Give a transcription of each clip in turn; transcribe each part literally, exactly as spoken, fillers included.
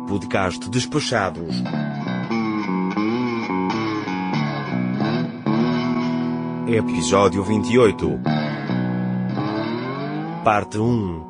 podcast Despachados. Episódio vinte e oito. Parte um.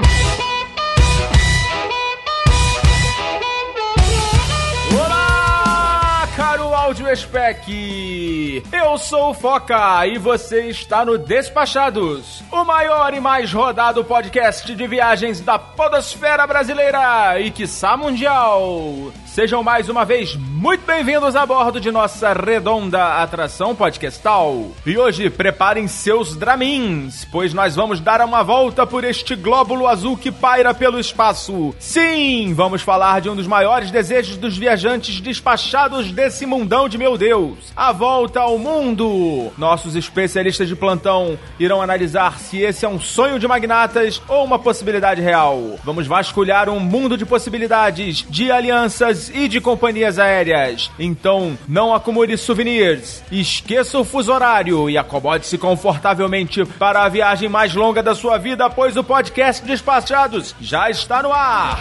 Olá, caro Áudio Spec! Eu sou o Foca e você está no Despachados, o maior e mais rodado podcast de viagens da podosfera brasileira e quiçá mundial. Sejam mais uma vez muito bem-vindos a bordo de nossa redonda atração podcastal. E hoje preparem seus Dramins, pois nós vamos dar uma volta por este glóbulo azul que paira pelo espaço. Sim, vamos falar de um dos maiores desejos dos viajantes despachados desse mundão de meu Deus: a volta ao mundo. Nossos especialistas de plantão irão analisar se esse é um sonho de magnatas ou uma possibilidade real. Vamos vasculhar um mundo de possibilidades, de alianças e de companhias aéreas. Então, não acumule souvenirs, esqueça o fuso horário e acomode-se confortavelmente para a viagem mais longa da sua vida, pois o podcast Despachados já está no ar.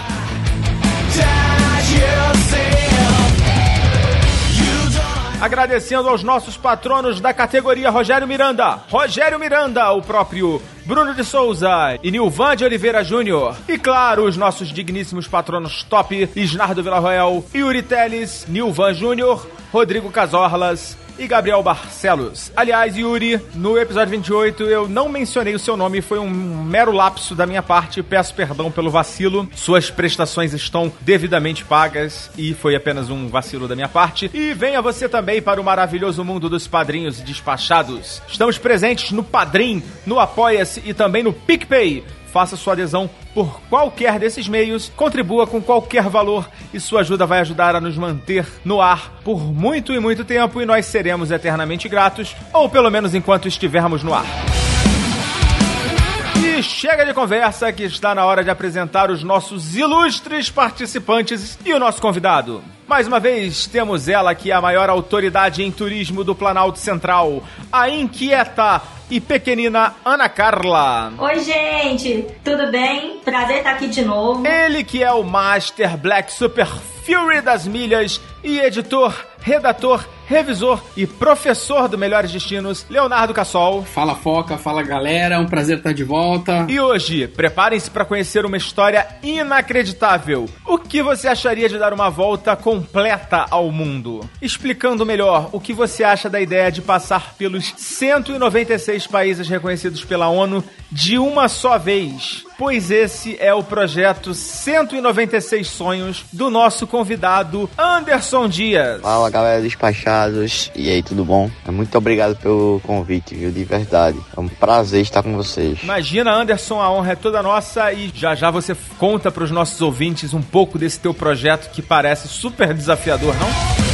Agradecendo aos nossos patronos da categoria Rogério Miranda, Rogério Miranda, o próprio Bruno de Souza e Nilvan de Oliveira Júnior. E claro, os nossos digníssimos patronos top, Isnardo Villarroel, Yuri Teles, Nilvan Júnior, Rodrigo Casorlas e Gabriel Barcelos. Aliás, Yuri, no episódio vinte e oito eu não mencionei o seu nome, foi um mero lapso da minha parte, peço perdão pelo vacilo. Suas prestações estão devidamente pagas e foi apenas um vacilo da minha parte. E venha você também para o maravilhoso mundo dos padrinhos despachados. Estamos presentes no Padrim, no Apoia-se e também no PicPay. Faça sua adesão por qualquer desses meios, contribua com qualquer valor e sua ajuda vai ajudar a nos manter no ar por muito e muito tempo e nós seremos eternamente gratos, ou pelo menos enquanto estivermos no ar. E chega de conversa que está na hora de apresentar os nossos ilustres participantes e o nosso convidado. Mais uma vez, temos ela que é a maior autoridade em turismo do Planalto Central, a inquieta e pequenina Ana Carla. Oi, gente, tudo bem? Prazer estar aqui de novo. Ele que é o Master Black Super Fury das milhas e editor, redator, revisor e professor do Melhores Destinos, Leonardo Cassol. Fala, Foca, fala, galera, é um prazer estar de volta. E hoje, preparem-se para conhecer uma história inacreditável. O que você acharia de dar uma volta completa ao mundo? Explicando melhor, o que você acha da ideia de passar pelos cento e noventa e seis países reconhecidos pela ONU de uma só vez? Pois esse é o projeto cento e noventa e seis Sonhos do nosso convidado Anderson Dias. Fala, galera despachados, e aí, tudo bom? Muito obrigado pelo convite, viu, de verdade. É um prazer estar com vocês. Imagina, Anderson, a honra é toda nossa e já já você conta para os nossos ouvintes um pouco desse teu projeto que parece super desafiador, não?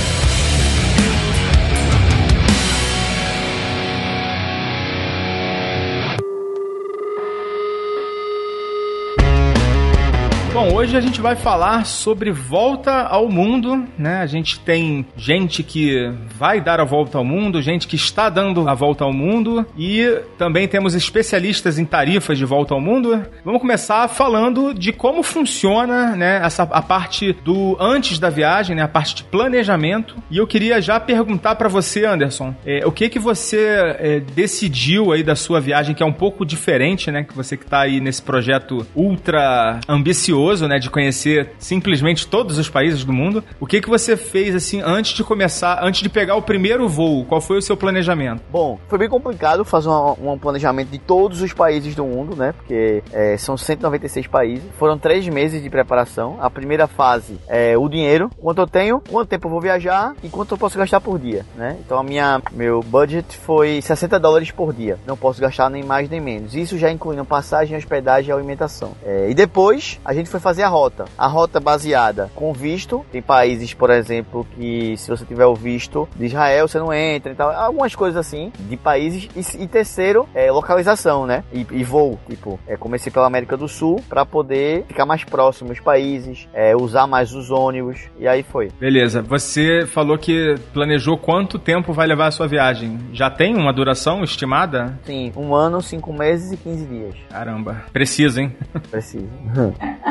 Bom, hoje a gente vai falar sobre volta ao mundo, né? A gente tem gente que vai dar a volta ao mundo, gente que está dando a volta ao mundo e também temos especialistas em tarifas de volta ao mundo. Vamos começar falando de como funciona, né, essa, a parte do antes da viagem, né, a parte de planejamento. E eu queria já perguntar para você, Anderson, é, o que que você é, decidiu aí da sua viagem, que é um pouco diferente, né? Que você que está aí nesse projeto ultra ambicioso, né, de conhecer simplesmente todos os países do mundo. O que que você fez, assim, antes de começar, antes de pegar o primeiro voo? Qual foi o seu planejamento? Bom, foi bem complicado fazer um, um planejamento de todos os países do mundo, né, porque é, são cento e noventa e seis países. Foram três meses de preparação. A primeira fase é o dinheiro, quanto eu tenho, quanto tempo eu vou viajar e quanto eu posso gastar por dia, né? Então a minha, meu budget foi sessenta dólares por dia. Não posso gastar nem mais nem menos. Isso já incluindo passagem, hospedagem e alimentação. É, e depois a gente foi fazer a rota. A rota baseada com visto. Tem países, por exemplo, que se você tiver o visto de Israel, você não entra e tal. Algumas coisas assim, de países. E, e terceiro, é localização, né? E, e voo. Tipo, é, comecei pela América do Sul para poder ficar mais próximo aos países, é, usar mais os ônibus. E aí foi. Beleza. Você falou que planejou quanto tempo vai levar a sua viagem. Já tem uma duração estimada? Sim, um ano, cinco meses e quinze dias. Caramba. Preciso, hein? Preciso.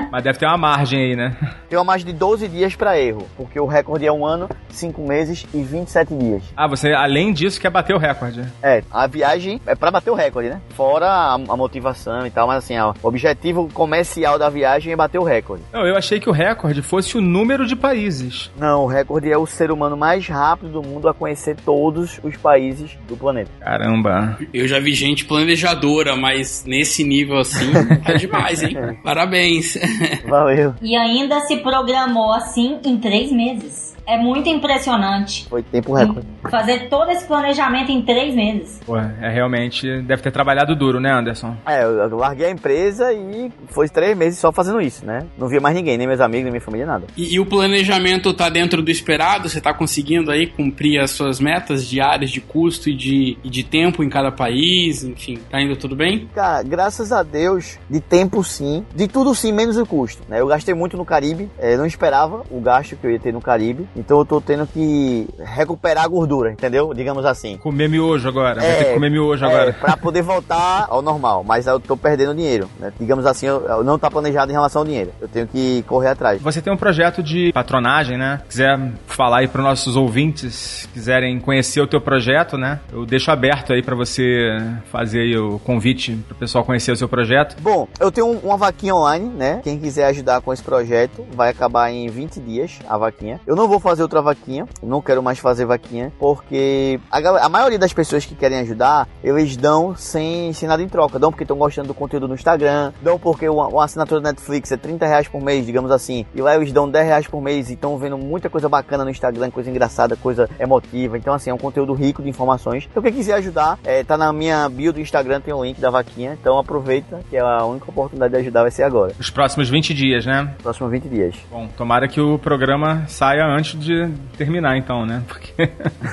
né? Mas deve ter uma margem aí, né? Tem uma margem de doze dias pra erro, porque o recorde é um ano, cinco meses e vinte e sete dias. Ah, você, além disso, quer bater o recorde. É, a viagem é pra bater o recorde, né? Fora a, a motivação e tal, mas assim, ó, o objetivo comercial da viagem é bater o recorde. Não, eu achei que o recorde fosse o número de países. Não, o recorde é o ser humano mais rápido do mundo a conhecer todos os países do planeta. Caramba. Eu já vi gente planejadora, mas nesse nível assim, é demais, hein? Parabéns. Valeu. E ainda se programou assim em três meses. É muito impressionante. Foi tempo recorde. Fazer todo esse planejamento em três meses. Pô, é realmente... Deve ter trabalhado duro, né, Anderson? É, eu larguei a empresa e foi três meses só fazendo isso, né? Não via mais ninguém, nem meus amigos, nem minha família, nada. E, e o planejamento tá dentro do esperado? Você tá conseguindo aí cumprir as suas metas diárias de custo e de, e de tempo em cada país? Enfim, tá indo tudo bem? Cara, graças a Deus, de tempo sim, de tudo sim, menos o custo, né? Eu gastei muito no Caribe, é, não esperava o gasto que eu ia ter no Caribe, então eu tô tendo que recuperar a gordura, entendeu? Digamos assim. Comer miojo agora. É, Vai ter que comer miojo é, agora. Pra poder voltar ao normal, mas eu tô perdendo dinheiro, né? Digamos assim, eu, eu não tá planejado em relação ao dinheiro. Eu tenho que correr atrás. Você tem um projeto de patronagem, né? Quiser falar aí para nossos ouvintes, quiserem conhecer o teu projeto, né? Eu deixo aberto aí para você fazer aí o convite pro pessoal conhecer o seu projeto. Bom, eu tenho uma vaquinha online, né? Quem quiser ajudar com esse projeto, vai acabar em vinte dias a vaquinha. Eu não vou fazer outra vaquinha, não quero mais fazer vaquinha, porque a, galera, a maioria das pessoas que querem ajudar, eles dão sem, sem nada em troca. Dão porque estão gostando do conteúdo no Instagram, dão porque uma, uma assinatura da Netflix é trinta reais por mês, digamos assim, e lá eles dão dez reais por mês e estão vendo muita coisa bacana no Instagram, coisa engraçada, coisa emotiva. Então assim, é um conteúdo rico de informações. Então quem quiser ajudar, é, tá na minha bio do Instagram, tem o link da vaquinha, então aproveita, que é a única oportunidade de ajudar vai ser agora. Os próximos vinte dias, né? Próximos vinte dias. Bom, tomara que o programa saia antes de terminar, então, né? Porque...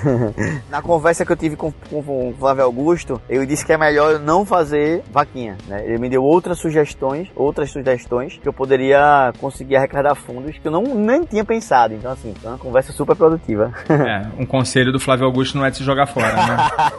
Na conversa que eu tive com, com, com o Flávio Augusto, ele disse que é melhor eu não fazer vaquinha, né? Ele me deu outras sugestões, outras sugestões que eu poderia conseguir arrecadar fundos que eu não nem tinha pensado. Então, assim, foi uma conversa super produtiva. É, um conselho do Flávio Augusto não é de se jogar fora, né?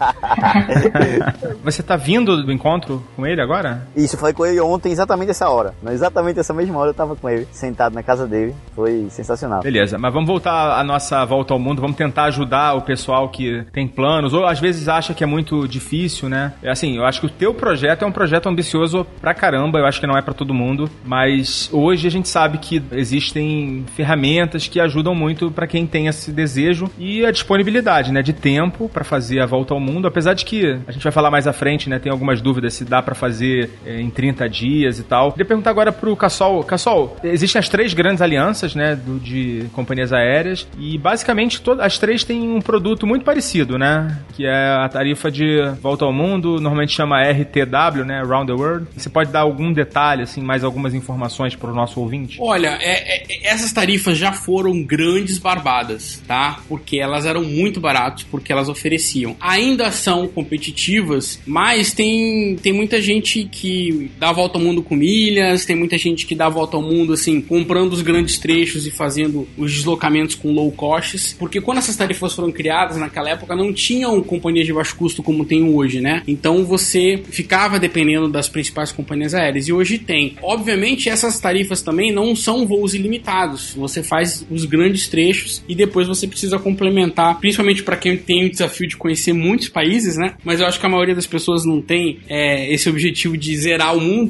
Você tá vindo do encontro com ele agora? Isso, eu falei com ele ontem, exatamente essa hora. Exatamente essa mesma hora eu tava com ele, sentado na casa dele. Foi sensacional. Beleza, mas vamos voltar à nossa volta ao mundo, vamos tentar ajudar o pessoal que tem planos, ou às vezes acha que é muito difícil, né? É assim, eu acho que o teu projeto é um projeto ambicioso pra caramba, eu acho que não é pra todo mundo, mas hoje a gente sabe que existem ferramentas que ajudam muito pra quem tem esse desejo e a disponibilidade, né, de tempo pra fazer a volta ao mundo, apesar de que a gente vai falar mais à frente, né, tem algumas dúvidas se dá pra fazer é, em trinta dias e tal. Queria perguntar agora pro Cassol. Cassol, existem as três grandes alianças, né, do, de companhias aéreas e basicamente todas as três têm um produto muito parecido, né, que é a tarifa de volta ao mundo, normalmente chama R T W, né, Around the World. Você pode dar algum detalhe, assim, mais algumas informações para o nosso ouvinte? Olha, é, é, essas tarifas já foram grandes barbadas, tá? Porque elas eram muito baratas, porque elas ofereciam. Ainda são competitivas, mas tem, tem muita gente que dá a volta ao mundo com milhas, tem muita gente que dá a volta ao mundo, assim, comprando os grandes trechos e fazendo os deslocamentos com low costs, porque quando essas tarifas foram criadas naquela época, não tinham companhias de baixo custo como tem hoje, né? Então você ficava dependendo das principais companhias aéreas, e hoje tem. Obviamente, essas tarifas também não são voos ilimitados. Você faz os grandes trechos e depois você precisa complementar, principalmente para quem tem o desafio de conhecer muitos países, né? Mas eu acho que a maioria das pessoas não tem é, esse objetivo de zerar o mundo.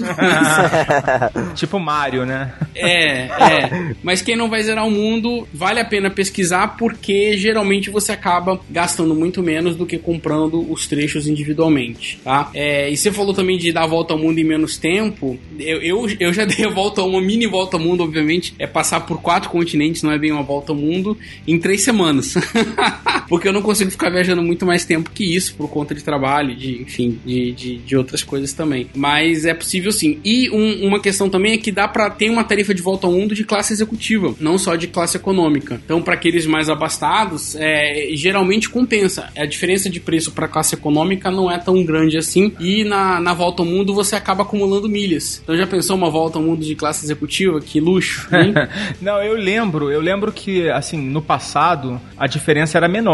Tipo Mario, né? É, é. Mas quem não vai zerar o mundo, vale a pena pesquisar, porque geralmente você acaba gastando muito menos do que comprando os trechos individualmente, tá? É, e você falou também de dar a volta ao mundo em menos tempo. Eu, eu, eu já dei a volta, uma mini volta ao mundo, obviamente, é passar por quatro continentes, não é bem uma volta ao mundo, em três semanas. Porque eu não consigo ficar viajando muito mais tempo que isso, por conta de trabalho, de, enfim, de, de, de outras coisas também. Mas é possível sim. E um, uma questão também é que dá pra ter uma tarifa de volta ao mundo de classe executiva, não só de classe econômica. Então, para aqueles mais abastados, é, geralmente compensa. A diferença de preço para classe econômica não é tão grande assim, e na, na volta ao mundo você acaba acumulando milhas. Então, já pensou uma volta ao mundo de classe executiva? Que luxo, hein? Não, eu lembro, eu lembro que, assim, no passado, a diferença era menor.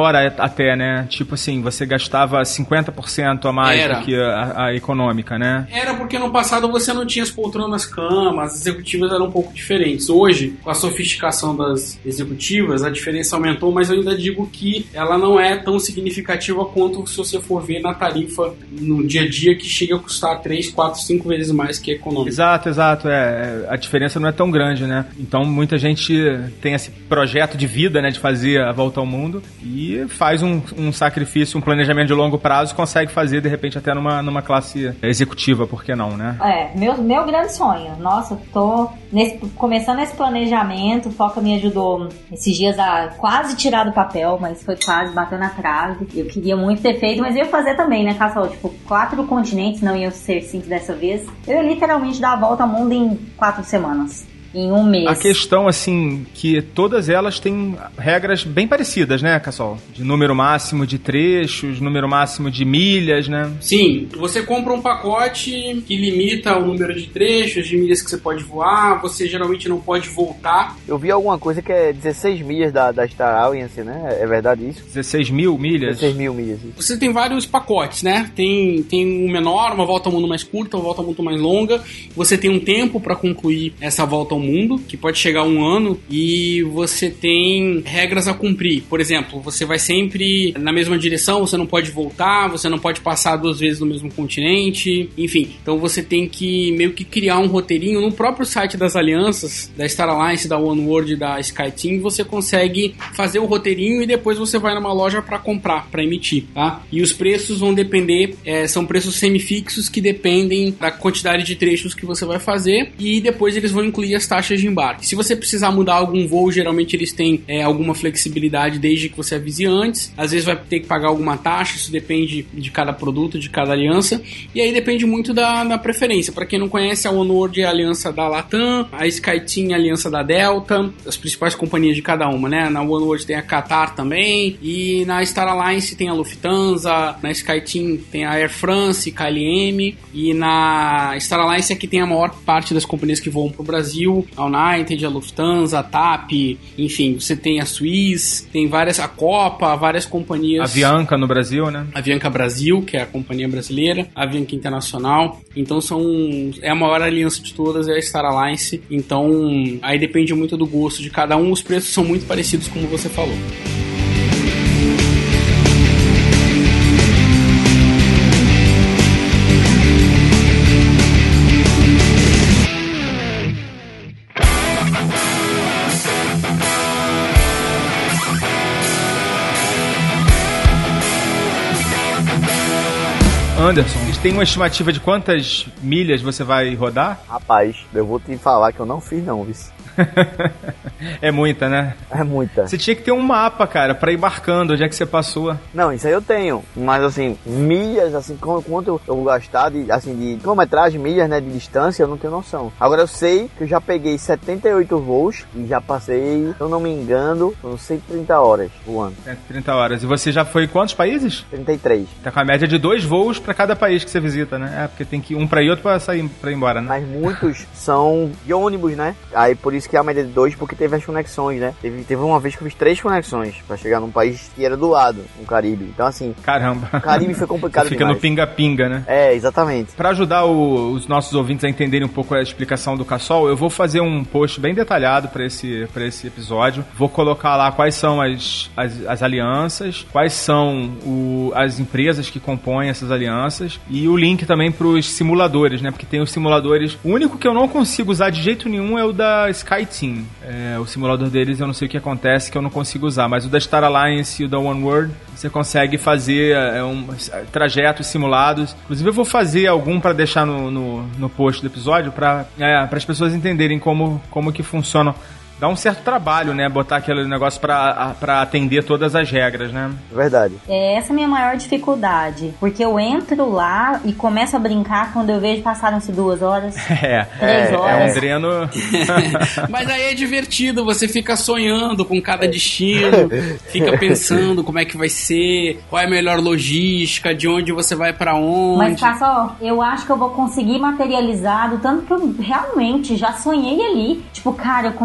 maior até, né? Tipo assim, você gastava cinquenta por cento a mais Era. do que a, a econômica, né? Era porque no passado você não tinha as poltronas cama, as executivas eram um pouco diferentes. Hoje, com a sofisticação das executivas, a diferença aumentou, mas eu ainda digo que ela não é tão significativa quanto se você for ver na tarifa no dia a dia, que chega a custar três, quatro, cinco vezes mais que a econômica. Exato, exato. É, a diferença não é tão grande, né? Então muita gente tem esse projeto de vida, né, de fazer a volta ao mundo e faz um, um sacrifício, um planejamento de longo prazo, consegue fazer de repente até numa, numa classe executiva, por que não, né? É, meu, meu grande sonho. Nossa, tô nesse, começando esse planejamento, o Foca me ajudou esses dias a quase tirar do papel, mas foi quase, bateu na trave. Eu queria muito ter feito, mas eu ia fazer também, né, Cassol? Tipo, quatro continentes, não iam ser cinco dessa vez. Eu ia literalmente dar a volta ao mundo em quatro semanas. Em um mês. A questão, assim, que todas elas têm regras bem parecidas, né, Cassol? De número máximo de trechos, número máximo de milhas, né? Sim, você compra um pacote que limita o número de trechos, de milhas que você pode voar, você geralmente não pode voltar. Eu vi alguma coisa que é dezesseis milhas da, da Star Alliance, né? É verdade isso? dezesseis mil milhas? dezesseis mil milhas. Isso. Você tem vários pacotes, né? Tem, tem um menor, uma volta ao mundo mais curta, uma volta ao mundo mais longa. Você tem um tempo para concluir essa volta ao mundo, que pode chegar a um ano, e você tem regras a cumprir. Por exemplo, você vai sempre na mesma direção, você não pode voltar, você não pode passar duas vezes no mesmo continente, enfim. Então você tem que meio que criar um roteirinho. No próprio site das alianças, da Star Alliance, da OneWorld e da SkyTeam, você consegue fazer o roteirinho e depois você vai numa loja para comprar, para emitir, tá? E os preços vão depender, é, são preços semifixos que dependem da quantidade de trechos que você vai fazer, e depois eles vão incluir as taxas de embarque. Se você precisar mudar algum voo, geralmente eles têm é, alguma flexibilidade desde que você avise antes. Às vezes vai ter que pagar alguma taxa, isso depende de cada produto, de cada aliança, e aí depende muito da, da preferência. Para quem não conhece, a OneWorld é a aliança da Latam, a SkyTeam é a aliança da Delta, as principais companhias de cada uma, né? Na OneWorld tem a Qatar também, e na Star Alliance tem a Lufthansa, na SkyTeam tem a Air France, K L M, e na Star Alliance é que tem a maior parte das companhias que voam para o Brasil, a United, a Lufthansa, a TAP, enfim, você tem a Swiss, tem várias, a Copa, várias companhias. A Avianca no Brasil, né? A Avianca Brasil, que é a companhia brasileira, a Avianca Internacional, então são, é a maior aliança de todas, é a Star Alliance, então aí depende muito do gosto de cada um, os preços são muito parecidos, como você falou. Anderson, eles têm uma estimativa de quantas milhas você vai rodar? Rapaz, eu vou te falar que eu não fiz não, viu? É muita, né? É muita. Você tinha que ter um mapa, cara, pra ir marcando onde é que você passou. Não, isso aí eu tenho. Mas assim, milhas, assim, quanto eu vou gastar de, assim, de quilometragem, milhas, né, de distância, eu não tenho noção. Agora eu sei que eu já peguei setenta e oito voos e já passei, se eu não me engano, foram cento e trinta horas voando. cento e trinta horas. E você já foi em quantos países? trinta e três. Tá com a média de dois voos pra cada país que você visita, né? É, porque tem que ir um pra ir, outro pra sair, pra ir embora, né? Mas muitos são de ônibus, né? Aí por isso que a média de dois, porque teve as conexões, né? Teve, teve uma vez que eu fiz três conexões pra chegar num país que era do lado, no Caribe. Então assim... Caramba. O Caribe foi complicado Fica demais. no pinga-pinga, né? É, exatamente. Pra ajudar o, os nossos ouvintes a entenderem um pouco a explicação do Cassol, eu vou fazer um post bem detalhado pra esse, pra esse episódio. Vou colocar lá quais são as, as, as alianças, quais são o, as empresas que compõem essas alianças e o link também pros simuladores, né? Porque tem os simuladores... O único que eu não consigo usar de jeito nenhum é o da SkyTeam. É, o simulador deles eu não sei o que acontece que eu não consigo usar, mas o da Star Alliance e o da OneWorld você consegue fazer é, um, trajetos simulados. Inclusive eu vou fazer algum para deixar no, no, no post do episódio para é, as pessoas entenderem como, como que funciona. Dá um certo trabalho, né? Botar aquele negócio pra, pra atender todas as regras, né? Verdade. É essa a minha maior dificuldade. Porque eu entro lá e começo a brincar quando eu vejo passaram-se duas horas. É. Três é, horas. É um dreno. Mas aí é divertido, você fica sonhando com cada destino, fica pensando como é que vai ser, qual é a melhor logística, de onde você vai pra onde. Mas, Cassol, eu acho que eu vou conseguir materializar do tanto que eu realmente já sonhei ali. Tipo, cara, eu começo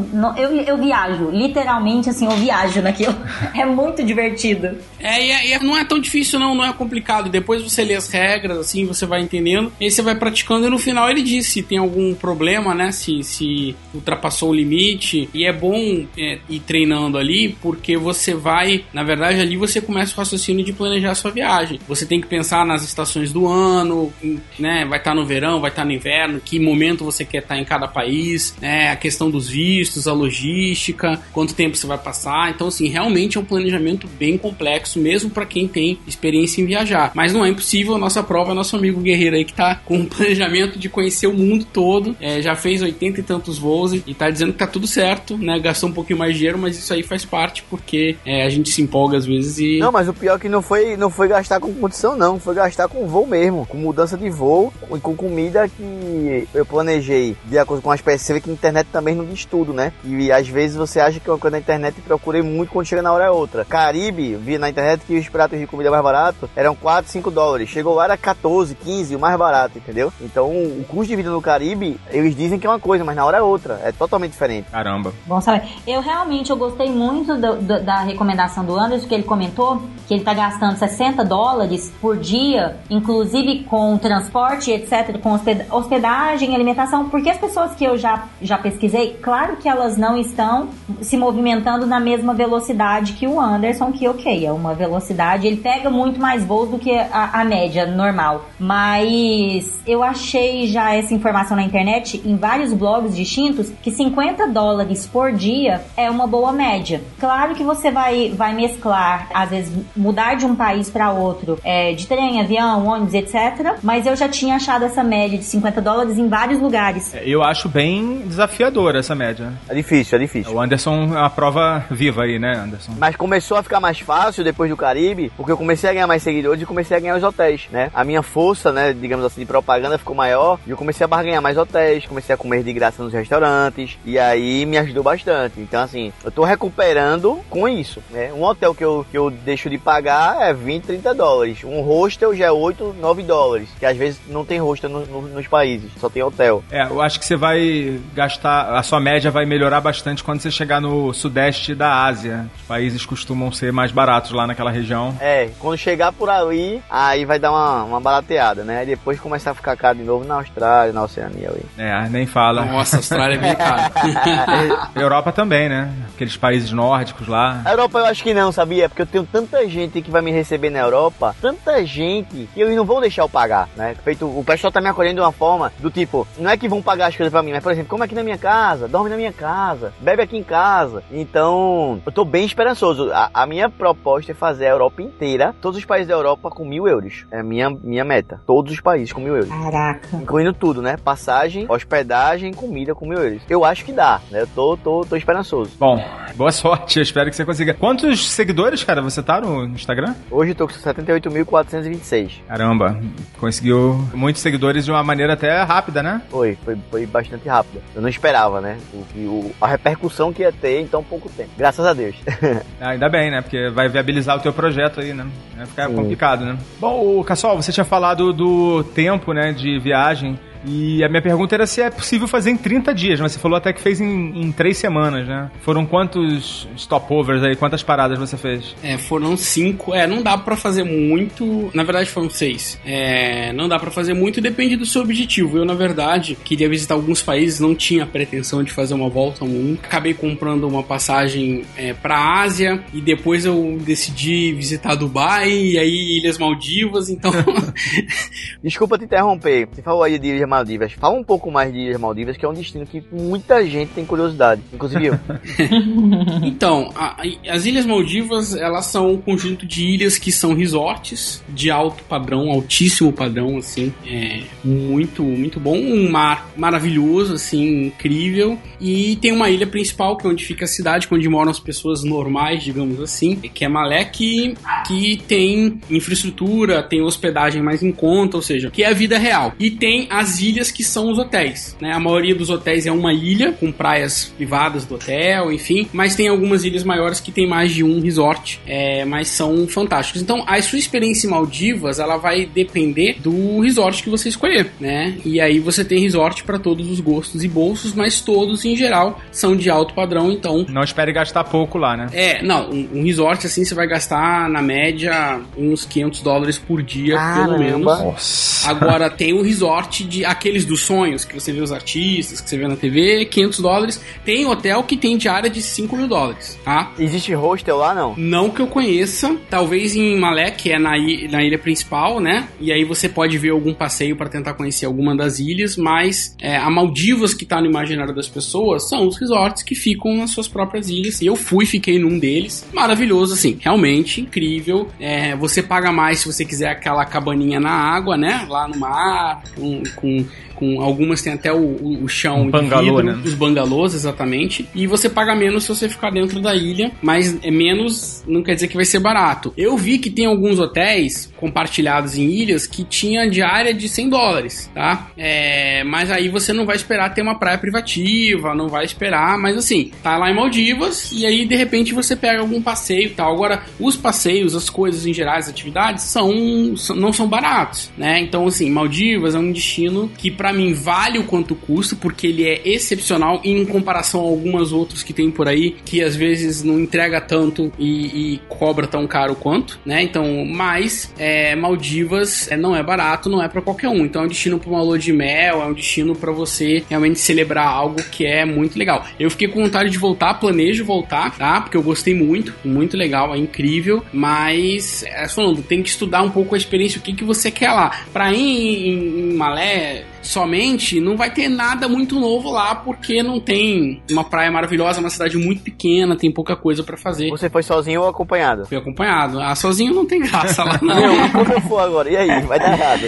não, eu, eu viajo, literalmente assim, eu viajo naquilo. É muito divertido. É, e, é, e não é tão difícil não, não é complicado. Depois você lê as regras, assim, você vai entendendo, e aí você vai praticando, e no final ele diz se tem algum problema, né, se, se ultrapassou o limite, e é bom é, ir treinando ali, porque você vai, na verdade, ali você começa o raciocínio de planejar a sua viagem. Você tem que pensar nas estações do ano, né, vai estar no verão, vai estar no inverno, que momento você quer estar em cada país, né, a questão dos vistos, a logística, quanto tempo você vai passar. Então, assim, realmente é um planejamento bem complexo, mesmo para quem tem experiência em viajar. Mas não é impossível, a nossa prova é nosso amigo Guerreiro aí, que tá com um planejamento de conhecer o mundo todo, é, já fez oitenta e tantos voos e tá dizendo que tá tudo certo, né, gastou um pouquinho mais de dinheiro, mas isso aí faz parte, porque é, a gente se empolga às vezes e... Não, mas o pior é que não foi, não foi gastar com condição, não, foi gastar com voo mesmo, com mudança de voo e com comida que eu planejei de acordo com as peças. Você vê que a internet também não diz tudo, né? E às vezes você acha que é uma coisa na internet e procurei muito, quando chega na hora é outra. Caribe, vi na internet que os pratos de comida mais barato eram quatro, cinco dólares. Chegou lá, era quatorze, quinze, o mais barato, entendeu? Então o custo de vida no Caribe, eles dizem que é uma coisa, mas na hora é outra. É totalmente diferente. Caramba. Bom saber. Eu realmente eu gostei muito do, do, da recomendação do Anderson, que ele comentou que ele tá gastando sessenta dólares por dia, inclusive com transporte, etcétera, com hospedagem, alimentação, porque as pessoas que eu já, já pesquisei, claro que elas não estão se movimentando na mesma velocidade que o Anderson, que ok, é uma velocidade, ele pega muito mais voos do que a, a média normal, mas eu achei já essa informação na internet, em vários blogs distintos, que cinquenta dólares por dia é uma boa média. Claro que você vai, vai mesclar, às vezes mudar de um país para outro, é, de trem, avião, ônibus, etcétera, mas eu já tinha achado essa média de cinquenta dólares em vários lugares. Eu acho bem desafiadora essa média. É difícil, é difícil. O Anderson é uma prova viva aí, né, Anderson? Mas começou a ficar mais fácil depois do Caribe, porque eu comecei a ganhar mais seguidores e comecei a ganhar os hotéis, né? A minha força, né, digamos assim, de propaganda ficou maior e eu comecei a barganhar mais hotéis, comecei a comer de graça nos restaurantes e aí me ajudou bastante. Então, assim, eu tô recuperando com isso, né? Um hotel que eu, que eu deixo de pagar é vinte, trinta dólares. Um hostel já é oito, nove dólares, que às vezes não tem hostel no, no, nos países, só tem hotel. É, eu acho que você vai gastar, a sua média vai melhorar bastante quando você chegar no sudeste da Ásia. Os países costumam ser mais baratos lá naquela região. É, quando chegar por ali, aí vai dar uma, uma barateada, né? Aí depois começar a ficar caro de novo na Austrália, na Oceania ali. É, nem fala. Nossa, a Austrália é bem cara. Europa também, né? Aqueles países nórdicos lá. A Europa eu acho que não, sabia? Porque eu tenho tanta gente que vai me receber na Europa, tanta gente que eu não vou deixar eu pagar, né? Feito, o pessoal tá me acolhendo de uma forma do tipo, não é que vão pagar as coisas pra mim, mas por exemplo, come aqui na minha casa, dorme na minha casa, bebe aqui em casa. Então, eu tô bem esperançoso. A, a minha proposta é fazer a Europa inteira, todos os países da Europa com mil euros. É a minha, minha meta. Todos os países com mil euros. Caraca. Incluindo tudo, né? Passagem, hospedagem, comida com mil euros. Eu acho que dá, né? Eu tô, tô, tô esperançoso. Bom, boa sorte. Eu espero que você consiga. Quantos seguidores, cara, você tá no Instagram? Hoje eu tô com setenta e oito mil quatrocentos e vinte e seis. Caramba, conseguiu muitos seguidores de uma maneira até rápida, né? Foi, foi, foi bastante rápida. Eu não esperava, né? O, o, a repercussão que ia ter em tão pouco tempo. Graças a Deus. Ah, ainda bem, né? Porque vai viabilizar o teu projeto aí, né? Vai ficar Sim. complicado, né? Bom, Cassol, você tinha falado do tempo, né, de viagem. E a minha pergunta era se é possível fazer em trinta dias, mas você falou até que fez em, em três semanas, né? Foram quantos stopovers aí? Quantas paradas você fez? É, foram cinco. É, não dá pra fazer muito. Na verdade, foram seis. É, não dá pra fazer muito, depende do seu objetivo. Eu, na verdade, queria visitar alguns países, não tinha pretensão de fazer uma volta ao mundo. Acabei comprando uma passagem é, pra Ásia e depois eu decidi visitar Dubai e aí Ilhas Maldivas, então... Desculpa te interromper. Você falou aí de Ilhas Maldivas. Fala um pouco mais de Ilhas Maldivas, que é um destino que muita gente tem curiosidade, inclusive eu. Então, a, as Ilhas Maldivas, elas são um conjunto de ilhas que são resorts de alto padrão, altíssimo padrão, assim, é muito, muito bom, um mar maravilhoso, assim, incrível, e tem uma ilha principal, que é onde fica a cidade, onde moram as pessoas normais, digamos assim, que é Malé, que, que tem infraestrutura, tem hospedagem mais em conta, ou seja, que é a vida real. E tem as as ilhas que são os hotéis, né? A maioria dos hotéis é uma ilha com praias privadas do hotel, enfim, mas tem algumas ilhas maiores que tem mais de um resort, é, mas são fantásticos. Então, a sua experiência em Maldivas, ela vai depender do resort que você escolher, né? E aí você tem resort para todos os gostos e bolsos, mas todos, em geral, são de alto padrão, então... Não espere gastar pouco lá, né? É, não, um, um resort assim você vai gastar, na média, uns quinhentos dólares por dia, Caramba. pelo menos. Nossa. Agora, tem o resort de aqueles dos sonhos, que você vê os artistas, que você vê na T V, quinhentos dólares. Tem hotel que tem diária de cinco mil dólares, tá? Existe hostel lá, não? Não que eu conheça, talvez em Malé, que é na ilha, na ilha principal, né? E aí você pode ver algum passeio para tentar conhecer alguma das ilhas, mas é, a Maldivas que tá no imaginário das pessoas são os resorts que ficam nas suas próprias ilhas. E eu fui, fiquei num deles. Maravilhoso, assim, realmente incrível. É, você paga mais se você quiser aquela cabaninha na água, né? Lá no mar, com... com Com algumas tem até o, o, o chão um bangalô, de vidro, né? os bangalôs, exatamente. E você paga menos se você ficar dentro da ilha, mas é menos, não quer dizer que vai ser barato. Eu vi que tem alguns hotéis compartilhados em ilhas que tinha diária de cem dólares, tá? É, mas aí você não vai esperar ter uma praia privativa, não vai esperar, mas assim, tá lá em Maldivas e aí de repente você pega algum passeio e tal. Agora, os passeios, as coisas em geral, as atividades, são, são, não são baratos, né? Então, assim, Maldivas é um destino que pra mim vale o quanto custa, porque ele é excepcional em comparação a algumas outras que tem por aí, que às vezes não entrega tanto e, e cobra tão caro quanto, né? Então, mas é, Maldivas é, não é barato, não é pra qualquer um. Então é um destino pra uma lua de mel, é um destino pra você realmente celebrar algo que é muito legal. Eu fiquei com vontade de voltar, planejo voltar, tá? Porque eu gostei muito, muito legal, é incrível, mas é, falando, tem que estudar um pouco a experiência, o que, que você quer lá. Pra ir em, em Malé somente, não vai ter nada muito novo lá, porque não tem uma praia maravilhosa, uma cidade muito pequena, tem pouca coisa pra fazer. Você foi sozinho ou acompanhado? Fui acompanhado. Ah, sozinho não tem graça lá, não. Meu, como eu for agora? E aí? Vai dar errado.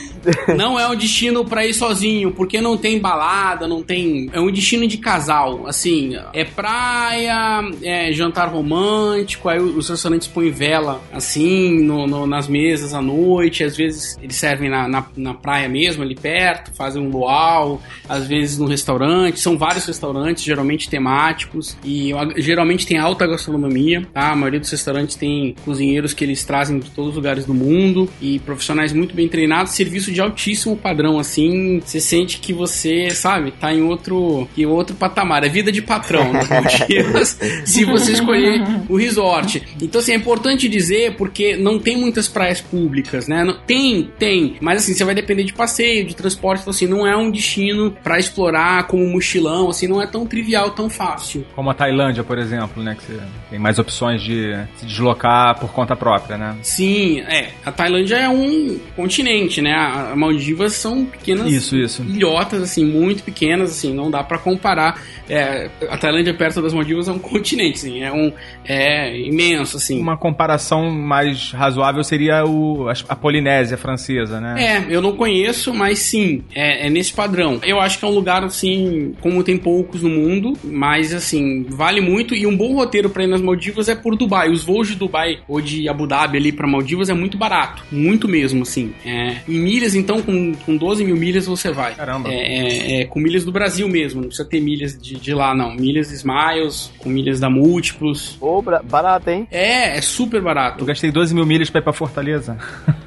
Não é um destino pra ir sozinho, porque não tem balada, não tem... É um destino de casal, assim, é praia, é jantar romântico, aí os restaurantes põem vela, assim, no, no, nas mesas à noite, às vezes eles servem na, na, na praia mesmo, ali perto, fazem um luau, às vezes no restaurante, são vários restaurantes, geralmente temáticos, e geralmente tem alta gastronomia, tá? A maioria dos restaurantes tem cozinheiros que eles trazem de todos os lugares do mundo, e profissionais muito bem treinados, serviço de altíssimo padrão, assim, você sente que você, sabe, tá em outro, em outro patamar, é vida de patrão, nas Maldivas, se você escolher o resort. Então, assim, é importante dizer, porque não tem muitas praias públicas, né? Não, tem, tem, mas assim, você vai depender de passeio, de transporte, então assim, não é um destino pra explorar como mochilão, assim, não é tão trivial, tão fácil. Como a Tailândia, por exemplo, né? Que você tem mais opções de se deslocar por conta própria, né? Sim, é. A Tailândia é um continente, né? A Maldivas são pequenas isso, isso. ilhotas, assim, muito pequenas, assim, não dá pra comparar. É, a Tailândia perto das Maldivas é um continente, assim, é, um, é imenso, assim. Uma comparação mais razoável seria o, a Polinésia francesa, né? É, eu não conheço, mas sim, é, é nesse padrão. Eu acho que é um lugar, assim, como tem poucos no mundo, mas, assim, vale muito, e um bom roteiro pra ir nas Maldivas é por Dubai. Os voos de Dubai ou de Abu Dhabi ali pra Maldivas é muito barato, muito mesmo, assim. É, em milhas, então, com, com doze mil milhas você vai. Caramba. É, é, é, com milhas do Brasil mesmo, não precisa ter milhas de, de lá, não. Milhas Smiles, com milhas da Múltiplos. Ô, bra- barato, hein? É, é super barato. Eu gastei doze mil milhas pra ir pra Fortaleza.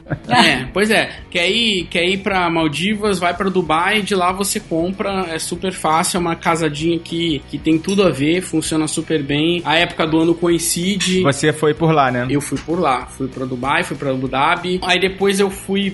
É, pois é. Quer ir, quer ir pra Maldivas, vai pra Dubai, de lá você compra, é super fácil, é uma casadinha que, que tem tudo a ver, funciona super bem. A época do ano coincide. Você foi por lá, né? Eu fui por lá, fui pra Dubai, fui pra Abu Dhabi. Aí depois eu fui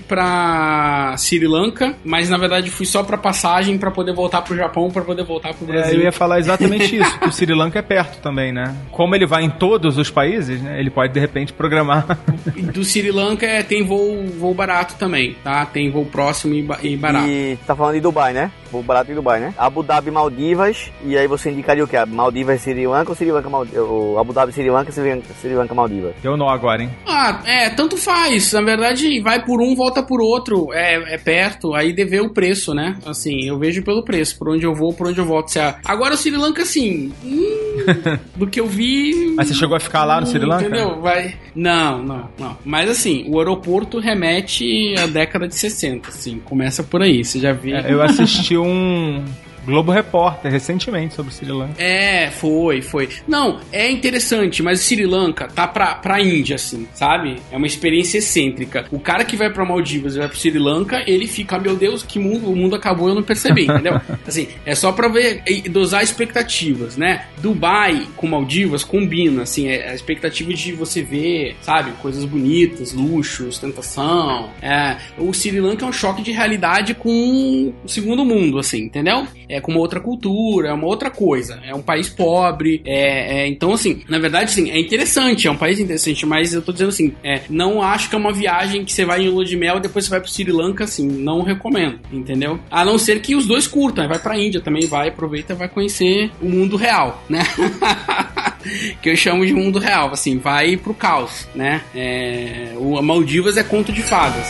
pra Sri Lanka, mas na verdade fui só pra passagem pra poder voltar pro Japão, pra poder voltar pro Brasil. É, eu ia falar exatamente isso, que o Sri Lanka é perto também, né? Como ele vai em todos os países, né? Ele pode de repente programar. Do Sri Lanka é, tem voo, voo barato também, tá? Tem voo próximo e, ba- e barato. E tá falando de Dubai, né? Vou barato em Dubai, né? Abu Dhabi, Maldivas. E aí você indicaria o quê? Maldivas, Sri Lanka ou Sri Lanka, Maldivas? Abu Dhabi, Sri Lanka, Sri Lanka, Sri Lanka, Maldivas? Deu nó agora, hein? Ah, é, tanto faz. Na verdade, vai por um, volta por outro. É, é perto, aí deve o preço, né? Assim, eu vejo pelo preço. Por onde eu vou, por onde eu volto. Se a... Agora o Sri Lanka, assim... Hum, do que eu vi... Mas você chegou a ficar lá no Sri Lanka? Entendeu? Vai... Não, não, não. Mas assim, o aeroporto remete à década de sessenta, assim, começa por aí, você já viu. É, eu assisti um... Globo Repórter, recentemente, sobre Sri Lanka. É, foi, foi. Não, é interessante, mas o Sri Lanka tá pra, pra Índia, assim, sabe? É uma experiência excêntrica. O cara que vai pra Maldivas e vai pro Sri Lanka, ele fica, meu Deus, que mundo, o mundo acabou, eu não percebi, entendeu? Assim, é só pra ver e dosar expectativas, né? Dubai com Maldivas combina, assim, é a expectativa de você ver, sabe? Coisas bonitas, luxo, ostentação. É, o Sri Lanka é um choque de realidade com o segundo mundo, assim, entendeu? É com uma outra cultura, é uma outra coisa. É um país pobre. É, é, então, assim, na verdade, sim, é interessante. É um país interessante, mas eu tô dizendo assim, é, não acho que é uma viagem que você vai em lua de mel e depois você vai pro Sri Lanka, assim, não recomendo, entendeu? A não ser que os dois curtam. Vai pra Índia também, vai, aproveita e vai conhecer o mundo real, né? Que eu chamo de mundo real, assim, vai pro caos, né? É, o Maldivas é conto de fadas.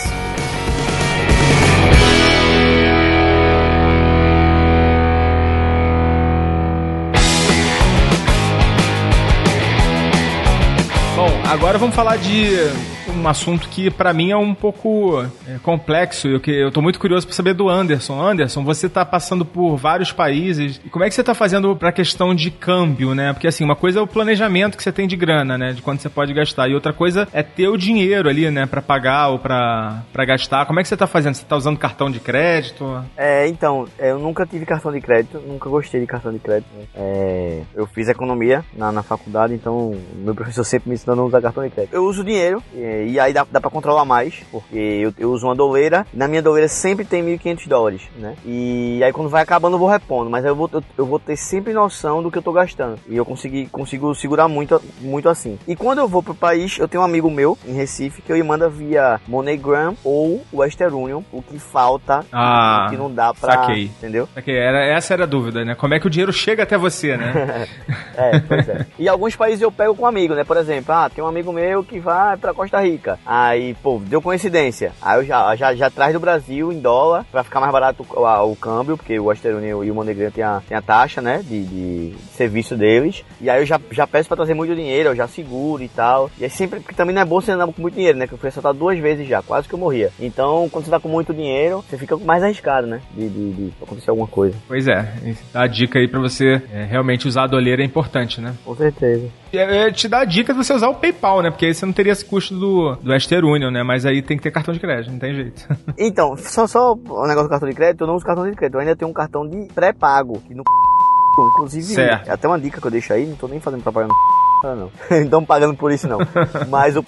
Agora vamos falar de um assunto que pra mim é um pouco é, complexo. Eu, que, eu tô muito curioso pra saber do Anderson. Anderson, você tá passando por vários países. E como é que você tá fazendo pra questão de câmbio, né? Porque assim, uma coisa é o planejamento que você tem de grana, né? De quanto você pode gastar. E outra coisa é ter o dinheiro ali, né? Pra pagar ou pra, pra gastar. Como é que você tá fazendo? Você tá usando cartão de crédito? É, então, eu nunca tive cartão de crédito. Nunca gostei de cartão de crédito. Né? É, eu fiz economia na, na faculdade, então meu professor sempre me ensinou a não usar cartão de crédito. Eu uso dinheiro, e, e aí dá, dá pra controlar mais, porque eu, eu uso uma doleira, e na minha doleira sempre tem mil e quinhentos dólares, né? E aí quando vai acabando eu vou repondo, mas aí eu vou, eu, eu vou ter sempre noção do que eu tô gastando. E eu consegui, consigo segurar muito, muito assim. E quando eu vou pro país, eu tenho um amigo meu, em Recife, que eu manda via MoneyGram ou Western Union, o que falta, ah, o que não dá pra... Saquei. Entendeu? Saquei. Era, essa era a dúvida, né? Como é que o dinheiro chega até você, né? É, pois é. E alguns países eu pego com um amigo, né? Por exemplo, ah, tem um amigo meu que vai pra Costa Rica. Aí, pô, deu coincidência. Aí eu já, já, já traz do Brasil em dólar pra ficar mais barato o, a, o câmbio, porque o Western Union e o MoneyGram tem a, tem a taxa, né? De, de serviço deles. E aí eu já, já peço pra trazer muito dinheiro, eu já seguro e tal. E é sempre, porque também não é bom você andar com muito dinheiro, né? Que eu fui assaltado duas vezes já, quase que eu morria. Então, quando você tá com muito dinheiro, você fica mais arriscado, né? De, de, de acontecer alguma coisa. Pois é, dá a dica aí pra você é, realmente usar a doleira é importante, né? Com certeza. É, te dá a dica de você usar o PayPal, né? Porque aí você não teria esse custo do, do Western Union, né? Mas aí tem que ter cartão de crédito, não tem jeito. Então, só, só o negócio do cartão de crédito, eu não uso cartão de crédito, eu ainda tenho um cartão de pré-pago, que no inclusive, certo. É até uma dica que eu deixo aí, não tô nem fazendo propaganda no não. Não estão pagando por isso não. Mas o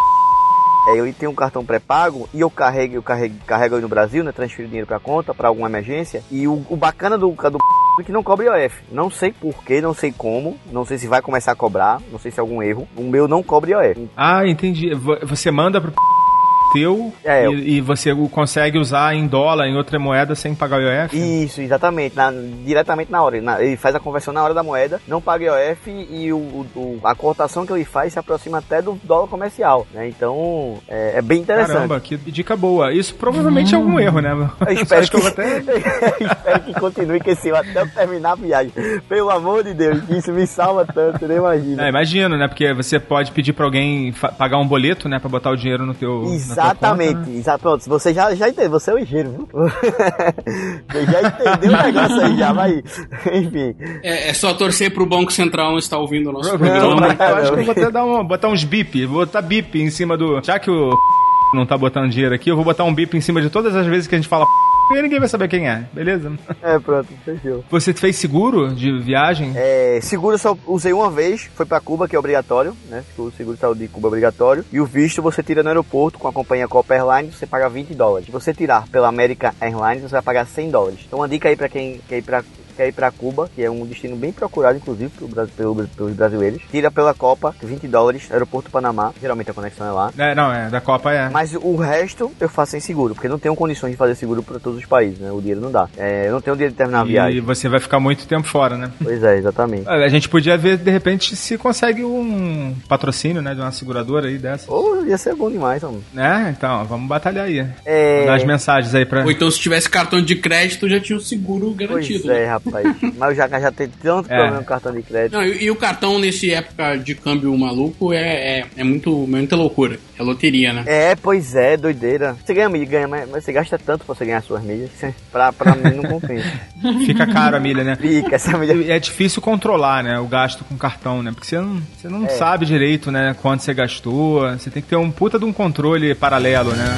é, eu tenho um cartão pré-pago e eu carrego, eu carrego, carrego aí no Brasil, né? Transfiro dinheiro pra conta, pra alguma emergência. E o, o bacana do, do que não cobra I O F. Não sei porquê, não sei como, não sei se vai começar a cobrar, não sei se é algum erro. O meu não cobra I O F. Ah, entendi. Você manda pro teu é, e, eu... e você consegue usar em dólar, em outra moeda, sem pagar o I O F? Isso, exatamente. Na, diretamente na hora. Na, ele faz a conversão na hora da moeda, não paga I O F e o, o, a cotação que ele faz se aproxima até do dólar comercial, né? Então, é, é bem interessante. Caramba, que dica boa. Isso provavelmente hum. é algum erro, né? Eu espero, que, que, eu até... espero que continue com esse até eu terminar a viagem. Pelo amor de Deus, isso me salva tanto, você nem imagina. É, imagino, né? Porque você pode pedir pra alguém pagar um boleto, né? Pra botar o dinheiro no teu... Exatamente, conta, né? Exato. Pronto, você já, já entendeu, você é o ligeiro, viu? Você já entendeu o negócio aí, já vai. Enfim. É, é só torcer pro Banco Central não estar ouvindo o nosso não, programa. Não, eu acho que eu vou até dar um, botar uns bip, vou botar bip em cima do. Já que o não tá botando dinheiro aqui, eu vou botar um bip em cima de todas as vezes que a gente fala e ninguém vai saber quem é, beleza? É, pronto, fechou. Você fez seguro de viagem? É, seguro eu só usei uma vez, foi pra Cuba, que é obrigatório, né? O seguro de saúde de Cuba é obrigatório. E o visto você tira no aeroporto com a companhia Copa Airlines, você paga vinte dólares. Se você tirar pela American Airlines, você vai pagar cem dólares. Então uma dica aí pra quem quer ir pra, quer ir pra Cuba, que é um destino bem procurado, inclusive, pelo, pelo, pelos brasileiros. Tira pela Copa, vinte dólares, aeroporto Panamá, geralmente a conexão é lá. É, não, é, da Copa é. Mas o resto eu faço sem seguro, porque não tenho condições de fazer seguro pra todos os países, né? O dinheiro não dá. É, eu não tenho dinheiro de terminar a viagem. E você vai ficar muito tempo fora, né? Pois é, exatamente. A gente podia ver, de repente, se consegue um patrocínio, né? De uma seguradora aí dessa. Ou oh, ia ser bom demais, mano. É, então, vamos batalhar aí. É... Mandar as mensagens aí pra... Ou então, se tivesse cartão de crédito, já tinha o seguro garantido. Pois é, né? rapaz. rapaz. Mas eu já, já tenho tanto É. problema com cartão de crédito. Não, e, e o cartão nesse época de câmbio maluco é, é, é muito, muita loucura. É loteria, né? É, pois é, doideira. Você ganha milha, ganha, mas, mas você gasta tanto pra você ganhar suas milhas. que Pra, pra mim não compensa. Fica caro a milha, né? Fica, essa milha. É difícil controlar, né, o gasto com cartão, né? Porque você não, você não É. sabe direito, né, quanto você gastou. Você tem que ter um puta de um controle paralelo, né?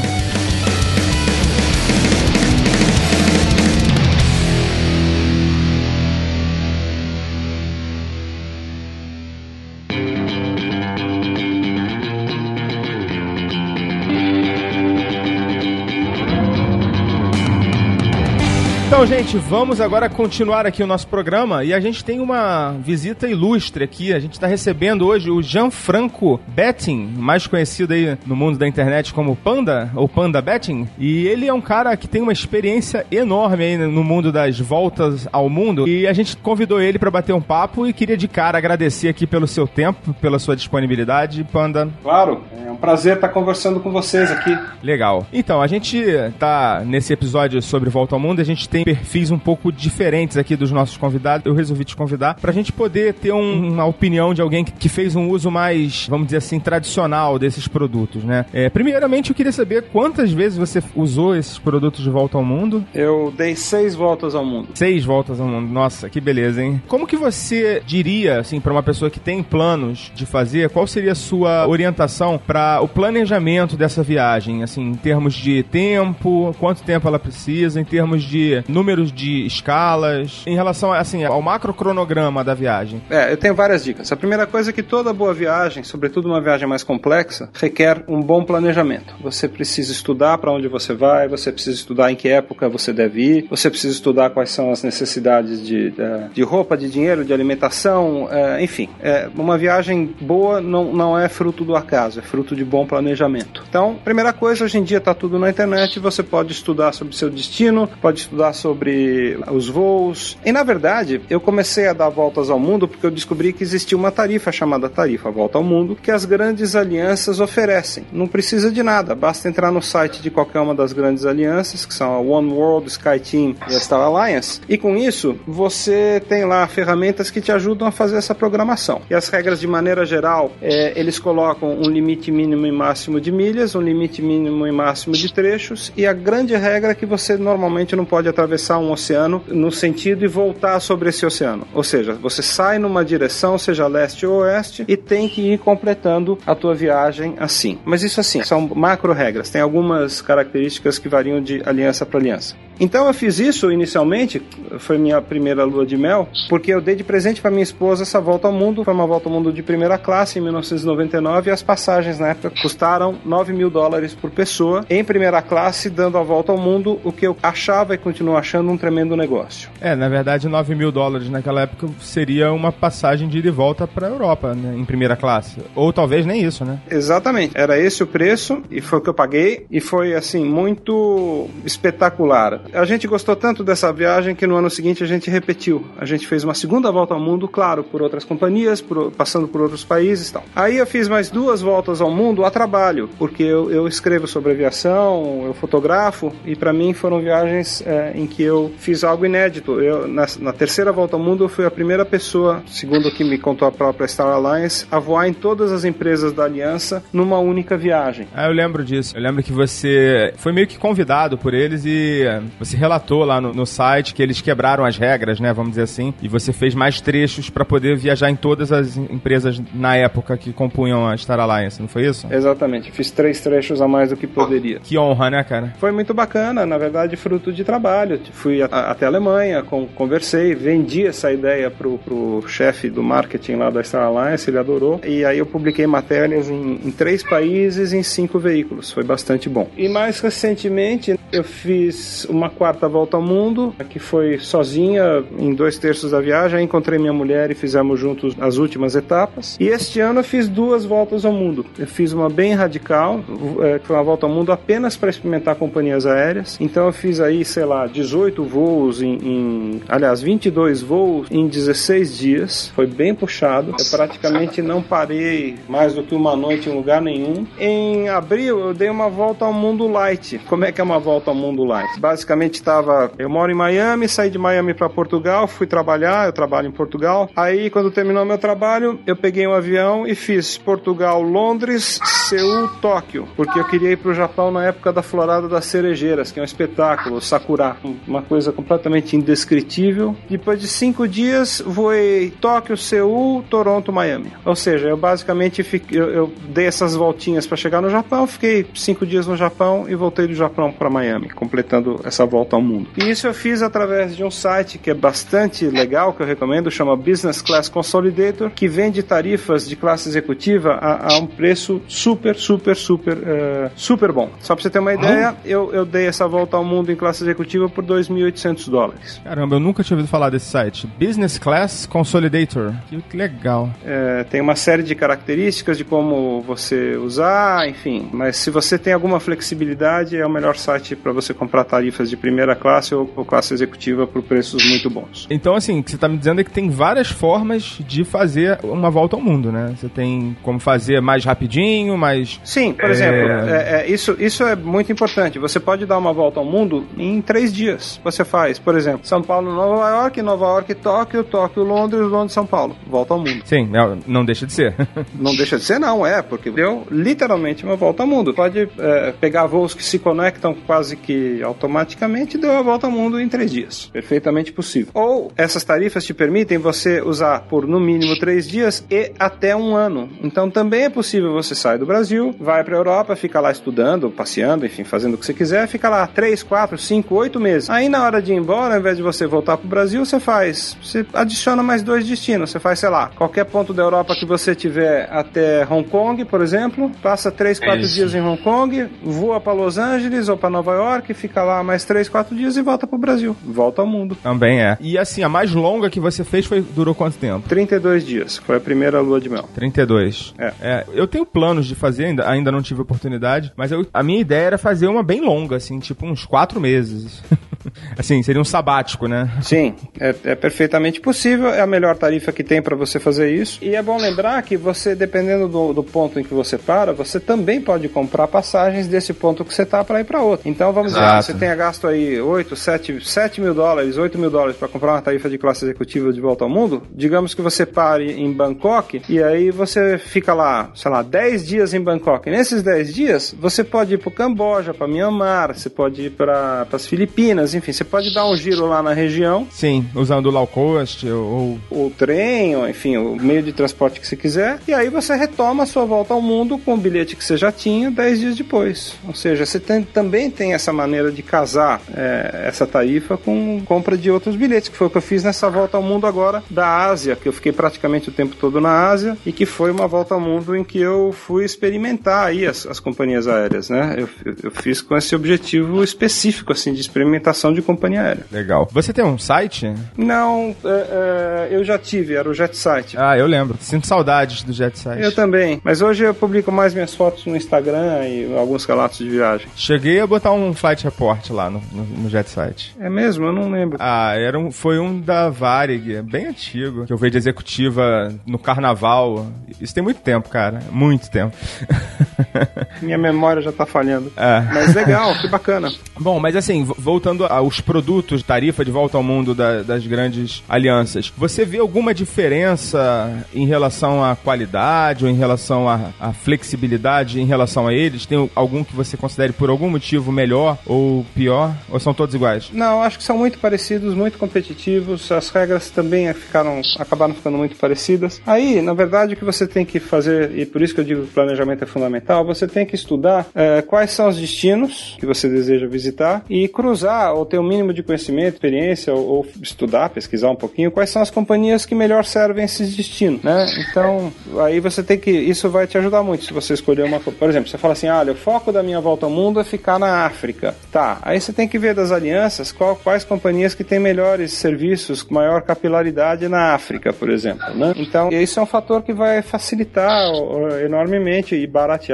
Então, gente, vamos agora continuar aqui o nosso programa e a gente tem uma visita ilustre aqui. A gente está recebendo hoje o Gianfranco Betting, mais conhecido aí no mundo da internet como Panda, ou Panda Betting. E ele é um cara que tem uma experiência enorme aí no mundo das voltas ao mundo. E a gente convidou ele para bater um papo e queria de cara agradecer aqui pelo seu tempo, pela sua disponibilidade, Panda. Claro, é um prazer estar conversando com vocês aqui. Legal. Então, a gente tá nesse episódio sobre volta ao mundo, a gente tem perfis um pouco diferentes aqui dos nossos convidados. Eu resolvi te convidar pra gente poder ter um, uma opinião de alguém que, que fez um uso mais, vamos dizer assim, tradicional desses produtos, né? É, primeiramente, eu queria saber quantas vezes você usou esses produtos de volta ao mundo? Eu dei seis voltas ao mundo. Seis voltas ao mundo. Nossa, que beleza, hein? Como que você diria, assim, pra uma pessoa que tem planos de fazer, qual seria a sua orientação para o planejamento dessa viagem? Assim, em termos de tempo, quanto tempo ela precisa, em termos de números de escalas, em relação, assim, ao macrocronograma da viagem? É, eu tenho várias dicas. A primeira coisa é que toda boa viagem, sobretudo uma viagem mais complexa, requer um bom planejamento. Você precisa estudar para onde você vai, você precisa estudar em que época você deve ir, você precisa estudar quais são as necessidades de, de, de roupa, de dinheiro, de alimentação, é, enfim. É, uma viagem boa não, não é fruto do acaso, é fruto de bom planejamento. Então, primeira coisa, hoje em dia está tudo na internet, você pode estudar sobre seu destino, pode estudar sobre os voos. E, na verdade, eu comecei a dar voltas ao mundo porque eu descobri que existia uma tarifa chamada Tarifa Volta ao Mundo, que as grandes alianças oferecem. Não precisa de nada, basta entrar no site de qualquer uma das grandes alianças, que são a One World, SkyTeam e a Star Alliance, e com isso, você tem lá ferramentas que te ajudam a fazer essa programação. E as regras, de maneira geral, é, eles colocam um limite mínimo e máximo de milhas, um limite mínimo e máximo de trechos, e a grande regra é que você normalmente não pode atravessar um oceano no sentido e voltar sobre esse oceano. Ou seja, você sai numa direção, seja leste ou oeste, e tem que ir completando a tua viagem assim. Mas isso assim, são macro regras, tem algumas características que variam de aliança para aliança. Então eu fiz isso inicialmente, foi minha primeira lua de mel, porque eu dei de presente para minha esposa essa volta ao mundo. Foi uma volta ao mundo de primeira classe em mil novecentos e noventa e nove, e as passagens na época custaram nove mil dólares por pessoa em primeira classe, dando a volta ao mundo, o que eu achava e continuo achando um tremendo negócio. É, na verdade, nove mil dólares naquela época seria uma passagem de ida e volta para a Europa, né, em primeira classe. Ou talvez nem isso, né? Exatamente. Era esse o preço, e foi o que eu paguei, e foi, assim, muito espetacular. A gente gostou tanto dessa viagem que no ano seguinte a gente repetiu. A gente fez uma segunda volta ao mundo, claro, por outras companhias, por, passando por outros países e tal. Aí eu fiz mais duas voltas ao mundo a trabalho, porque eu, eu escrevo sobre aviação, eu fotografo, e para mim foram viagens é, em que eu fiz algo inédito. Eu, na, na terceira volta ao mundo, eu fui a primeira pessoa, segundo o que me contou a própria Star Alliance, a voar em todas as empresas da aliança numa única viagem. Ah, eu lembro disso. Eu lembro que você foi meio que convidado por eles e você relatou lá no, no site que eles quebraram as regras, né, vamos dizer assim, e você fez mais trechos para poder viajar em todas as empresas na época que compunham a Star Alliance, não foi isso? Exatamente. Fiz três trechos a mais do que poderia. Que honra, né, cara? Foi muito bacana, na verdade, fruto de trabalho. Fui a, a, até a Alemanha, com, conversei, vendi essa ideia pro, pro chefe do marketing lá da Star Alliance, ele adorou, e aí eu publiquei matérias em, em três países, em cinco veículos. Foi bastante bom. E mais recentemente, eu fiz uma quarta volta ao mundo, que foi sozinha, em dois terços da viagem. Aí encontrei minha mulher e fizemos juntos as últimas etapas. E este ano eu fiz duas voltas ao mundo. Eu fiz uma bem radical, que foi uma volta ao mundo apenas para experimentar companhias aéreas. Então eu fiz aí, sei lá, dezoito voos em, em... aliás, vinte e dois voos em dezesseis dias. Foi bem puxado. Eu praticamente não parei mais do que uma noite em lugar nenhum. Em abril eu dei uma volta ao mundo light. Como é que é uma volta volta ao mundo lá. Basicamente estava, eu moro em Miami, saí de Miami para Portugal, fui trabalhar, eu trabalho em Portugal. Aí quando terminou meu trabalho, eu peguei um avião e fiz Portugal, Londres, Seul, Tóquio, porque eu queria ir pro Japão na época da Florada das Cerejeiras, que é um espetáculo, Sakura, uma coisa completamente indescritível. Depois de cinco dias, voei Tóquio, Seul, Toronto, Miami. Ou seja, eu basicamente fiquei, eu, eu dei essas voltinhas para chegar no Japão, fiquei cinco dias no Japão e voltei do Japão para Miami, completando essa volta ao mundo. E isso eu fiz através de um site que é bastante legal, que eu recomendo, chama Business Class Consolidator, que vende tarifas de classe executiva a, a um preço super, super, super, uh, super bom. Só para você ter uma ideia, oh. eu, eu dei essa volta ao mundo em classe executiva por dois mil e oitocentos dólares. Caramba, eu nunca tinha ouvido falar desse site. Business Class Consolidator. Que legal. É, tem uma série de características de como você usar, enfim. Mas se você tem alguma flexibilidade, é o melhor site para você comprar tarifas de primeira classe ou, ou classe executiva por preços muito bons. Então, assim, o que você está me dizendo é que tem várias formas de fazer uma volta ao mundo, né? Você tem como fazer mais rapidinho, mais... Sim, por é... exemplo, é, é, isso, isso é muito importante. Você pode dar uma volta ao mundo em três dias. Você faz, por exemplo, São Paulo, Nova York, Nova York, Tóquio, Tóquio, Londres, Londres, São Paulo. Volta ao mundo. Sim, não deixa de ser. Não deixa de ser, não, é, porque deu literalmente uma volta ao mundo. Pode é, pegar voos que se conectam quase que automaticamente e deu a volta ao mundo em três dias. Perfeitamente possível. Ou essas tarifas te permitem você usar por no mínimo três dias e até um ano. Então também é possível você sair do Brasil, vai para a Europa, fica lá estudando, passeando, enfim, fazendo o que você quiser, fica lá três, quatro, cinco, oito meses. Aí na hora de ir embora, ao invés de você voltar pro Brasil, você faz, você adiciona mais dois destinos. Você faz, sei lá, qualquer ponto da Europa que você tiver até Hong Kong, por exemplo, passa três, quatro Isso. dias em Hong Kong, voa para Los Angeles ou para Nova York, fica lá mais três, quatro dias e volta pro Brasil. Volta ao mundo. Também é. E assim, a mais longa que você fez foi, durou quanto tempo? trinta e dois dias. Foi a primeira lua de mel. trinta e dois. É. é eu tenho planos de fazer, ainda, ainda não tive oportunidade, mas eu, a minha ideia era fazer uma bem longa, assim, tipo uns quatro meses. Assim, seria um sabático, né? Sim, é, é perfeitamente possível, é a melhor tarifa que tem para você fazer isso. E é bom lembrar que você, dependendo do, do ponto em que você para, você também pode comprar passagens desse ponto que você tá para ir para outro. Então, vamos Exato. dizer, você tenha gasto aí oito, sete mil dólares, oito mil dólares para comprar uma tarifa de classe executiva de volta ao mundo. Digamos que você pare em Bangkok e aí você fica lá, sei lá, dez dias em Bangkok. E nesses dez dias, você pode ir para o Camboja, para Myanmar, você pode ir para as Filipinas, enfim, você pode dar um giro lá na região. Sim, usando o low cost ou... o trem, ou enfim, o meio de transporte que você quiser. E aí você retoma a sua volta ao mundo com o bilhete que você já tinha dez dias depois. Ou seja, você tem, também tem essa maneira de casar é, essa tarifa com compra de outros bilhetes, que foi o que eu fiz nessa volta ao mundo agora da Ásia, que eu fiquei praticamente o tempo todo na Ásia e que foi uma volta ao mundo em que eu fui experimentar aí as, as companhias aéreas, né? Eu, eu, eu fiz com esse objetivo específico, assim, de experimentação de companhia aérea. Legal. Você tem um site? Não, é, é, eu já tive, era o JetSite. Ah, eu lembro. Sinto saudades do JetSite. Eu também, mas hoje eu publico mais minhas fotos no Instagram e alguns relatos de viagem. Cheguei a botar um flight report lá no, no, no JetSite. É mesmo? Eu não lembro. Ah, era um, foi um da Varig, bem antigo, que eu veio de executiva no Carnaval. Isso tem muito tempo, cara. Muito tempo. Minha memória já tá falhando. É. Mas legal, que bacana. Bom, mas assim, voltando aos produtos, tarifa de volta ao mundo da, das grandes alianças, você vê alguma diferença em relação à qualidade ou em relação à, à flexibilidade em relação a eles? Tem algum que você considere por algum motivo melhor ou pior? Ou são todos iguais? Não, acho que são muito parecidos, muito competitivos. As regras também ficaram, acabaram ficando muito parecidas. Aí, na verdade, o que você tem que fazer, e por isso que eu digo que o planejamento é fundamental, você tem que estudar é, quais são os destinos que você deseja visitar e cruzar ou ter um mínimo de conhecimento, experiência, ou, ou estudar, pesquisar um pouquinho, quais são as companhias que melhor servem esses destinos, né? Então, aí você tem que, isso vai te ajudar muito se você escolher uma, por exemplo, você fala assim, ah, olha, o foco da minha volta ao mundo é ficar na África. Tá, aí você tem que ver das alianças qual, quais companhias que têm melhores serviços, maior capilaridade na África, por exemplo, né? Então, isso é um fator que vai facilitar enormemente e baratear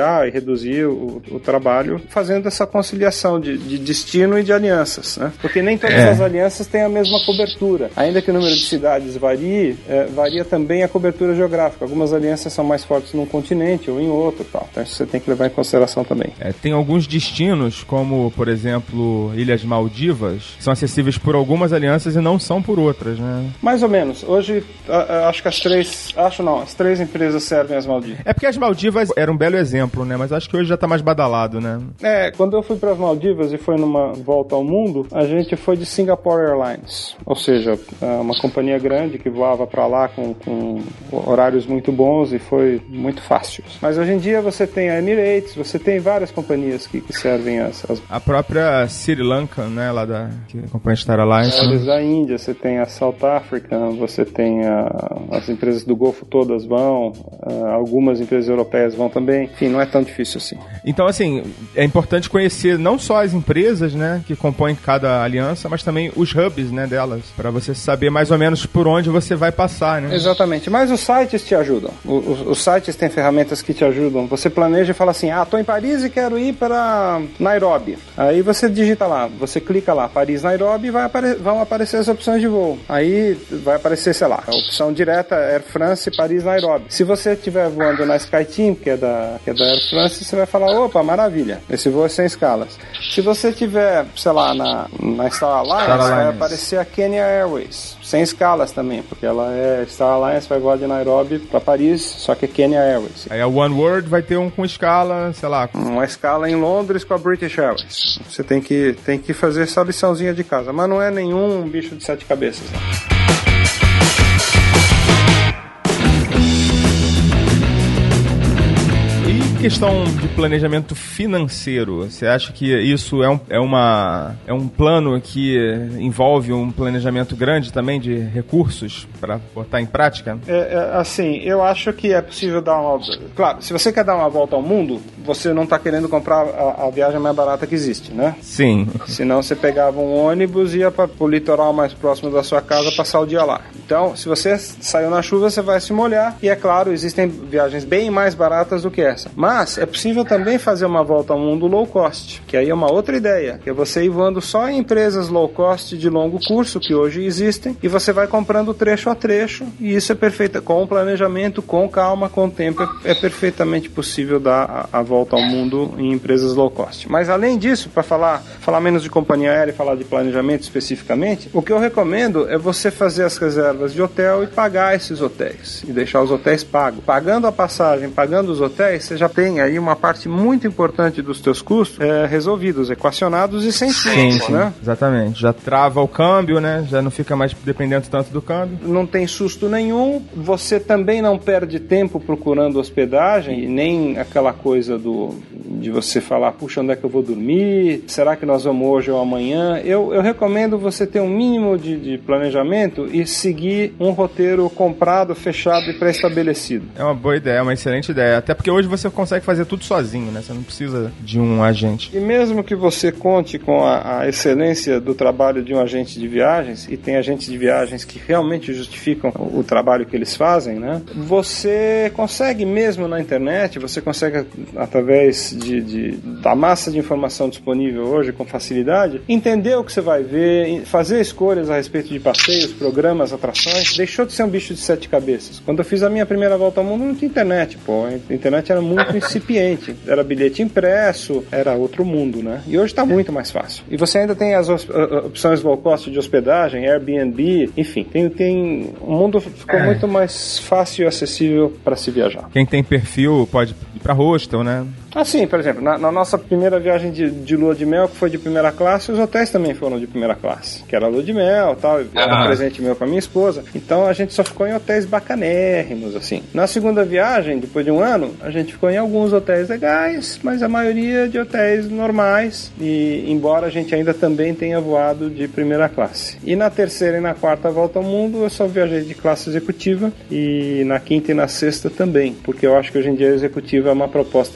simplificar e reduzir o, o trabalho, fazendo essa conciliação de, de destino e de alianças, né? Porque nem todas é. as alianças têm a mesma cobertura. Ainda que o número de cidades varie, é, varia também a cobertura geográfica. Algumas alianças são mais fortes num continente ou em outro, tal. Então isso você tem que levar em consideração também. É, tem alguns destinos, como, por exemplo, Ilhas Maldivas, que são acessíveis por algumas alianças e não são por outras, né? Mais ou menos. Hoje, a, a, acho que as três... Acho não, as três empresas servem as Maldivas. É porque as Maldivas eram um belo exemplo, né? Mas acho que hoje já tá mais badalado, né? É, quando eu fui para as Maldivas e foi numa volta ao mundo, a gente foi de Singapore Airlines. Ou seja, uma companhia grande que voava para lá com, com horários muito bons e foi muito fácil. Mas hoje em dia você tem a Emirates, você tem várias companhias que, que servem as, as... A própria Sri Lanka, né? Lá da que a companhia Star Alliance. Né? Da Índia, você tem a South Africa, você tem a, as empresas do Golfo todas vão, algumas empresas europeias vão também. Enfim, não é tão difícil assim. Então, assim, é importante conhecer não só as empresas, né, que compõem cada aliança, mas também os hubs, né, delas, para você saber mais ou menos por onde você vai passar, né? Exatamente, mas os sites te ajudam. Os, os sites têm ferramentas que te ajudam. Você planeja e fala assim, ah, tô em Paris e quero ir para Nairobi. Aí você digita lá, você clica lá, Paris, Nairobi, e vai apare- vão aparecer as opções de voo. Aí vai aparecer, sei lá, a opção direta Air France, Paris, Nairobi. Se você estiver voando na SkyTeam, que é da, que é da Air France, você vai falar, opa, maravilha, esse voo é sem escalas. Se você estiver, sei lá, na, na Star Alliance, Star Alliance, vai aparecer a Kenya Airways, sem escalas também, porque ela é Star Alliance, vai voar de Nairobi para Paris, só que é Kenya Airways. Aí a One World vai ter um com escala, sei lá... Uma escala em Londres com a British Airways. Você tem que, tem que fazer essa liçãozinha de casa, mas não é nenhum bicho de sete cabeças, não. Questão de planejamento financeiro, você acha que isso é um, é uma, é um plano que envolve um planejamento grande também de recursos para botar em prática? É, é, assim, eu acho que é possível dar uma... Claro, se você quer dar uma volta ao mundo, você não está querendo comprar a, a viagem mais barata que existe, né? Sim. Senão você pegava um ônibus e ia para o litoral mais próximo da sua casa passar o dia lá. Então, se você saiu na chuva, você vai se molhar e, é claro, existem viagens bem mais baratas do que essa. Mas Mas é possível também fazer uma volta ao mundo low cost, que aí é uma outra ideia, que é você ir voando só em empresas low cost de longo curso, que hoje existem, e você vai comprando trecho a trecho, e isso é perfeito, com planejamento, com calma, com tempo, é, é perfeitamente possível dar a, a volta ao mundo em empresas low cost. Mas além disso, para falar, falar menos de companhia aérea e falar de planejamento especificamente, o que eu recomendo é você fazer as reservas de hotel e pagar esses hotéis, e deixar os hotéis pagos. Pagando a passagem, pagando os hotéis, você já tem aí uma parte muito importante dos teus custos é, resolvidos, equacionados e sem sustos, né? Exatamente. Já trava o câmbio, né? Já não fica mais dependendo tanto do câmbio. Não tem susto nenhum. Você também não perde tempo procurando hospedagem e nem aquela coisa do, de você falar, puxa, onde é que eu vou dormir? Será que nós vamos hoje ou amanhã? Eu, eu recomendo você ter um mínimo de, de planejamento e seguir um roteiro comprado, fechado e pré-estabelecido. É uma boa ideia, é uma excelente ideia. Até porque hoje você consegue fazer tudo sozinho, né? Você não precisa de um agente. E mesmo que você conte com a, a excelência do trabalho de um agente de viagens, e tem agentes de viagens que realmente justificam o, o trabalho que eles fazem, né? Você consegue mesmo na internet, você consegue através de, de, da massa de informação disponível hoje com facilidade, entender o que você vai ver, fazer escolhas a respeito de passeios, programas, atrações. Deixou de ser um bicho de sete cabeças. Quando eu fiz a minha primeira volta ao mundo, não tinha internet, pô. A internet era muito incipiente. Era bilhete impresso, era outro mundo, né? E hoje está muito mais fácil. E você ainda tem as opções low cost de hospedagem, Airbnb, enfim, tem, tem o mundo ficou é. muito mais fácil e acessível para se viajar. Quem tem perfil pode ir para hostel, né? Assim, por exemplo, na, na nossa primeira viagem de, de lua de mel, que foi de primeira classe, os hotéis também foram de primeira classe, que era lua de mel e tal, era um presente meu para minha esposa. Então a gente só ficou em hotéis bacanérrimos, assim. Na segunda viagem, depois de um ano, a gente ficou em alguns hotéis legais, mas a maioria de hotéis normais, e embora a gente ainda também tenha voado de primeira classe. E na terceira e na quarta volta ao mundo, eu só viajei de classe executiva, e na quinta e na sexta também, porque eu acho que hoje em dia a executiva é uma proposta de valor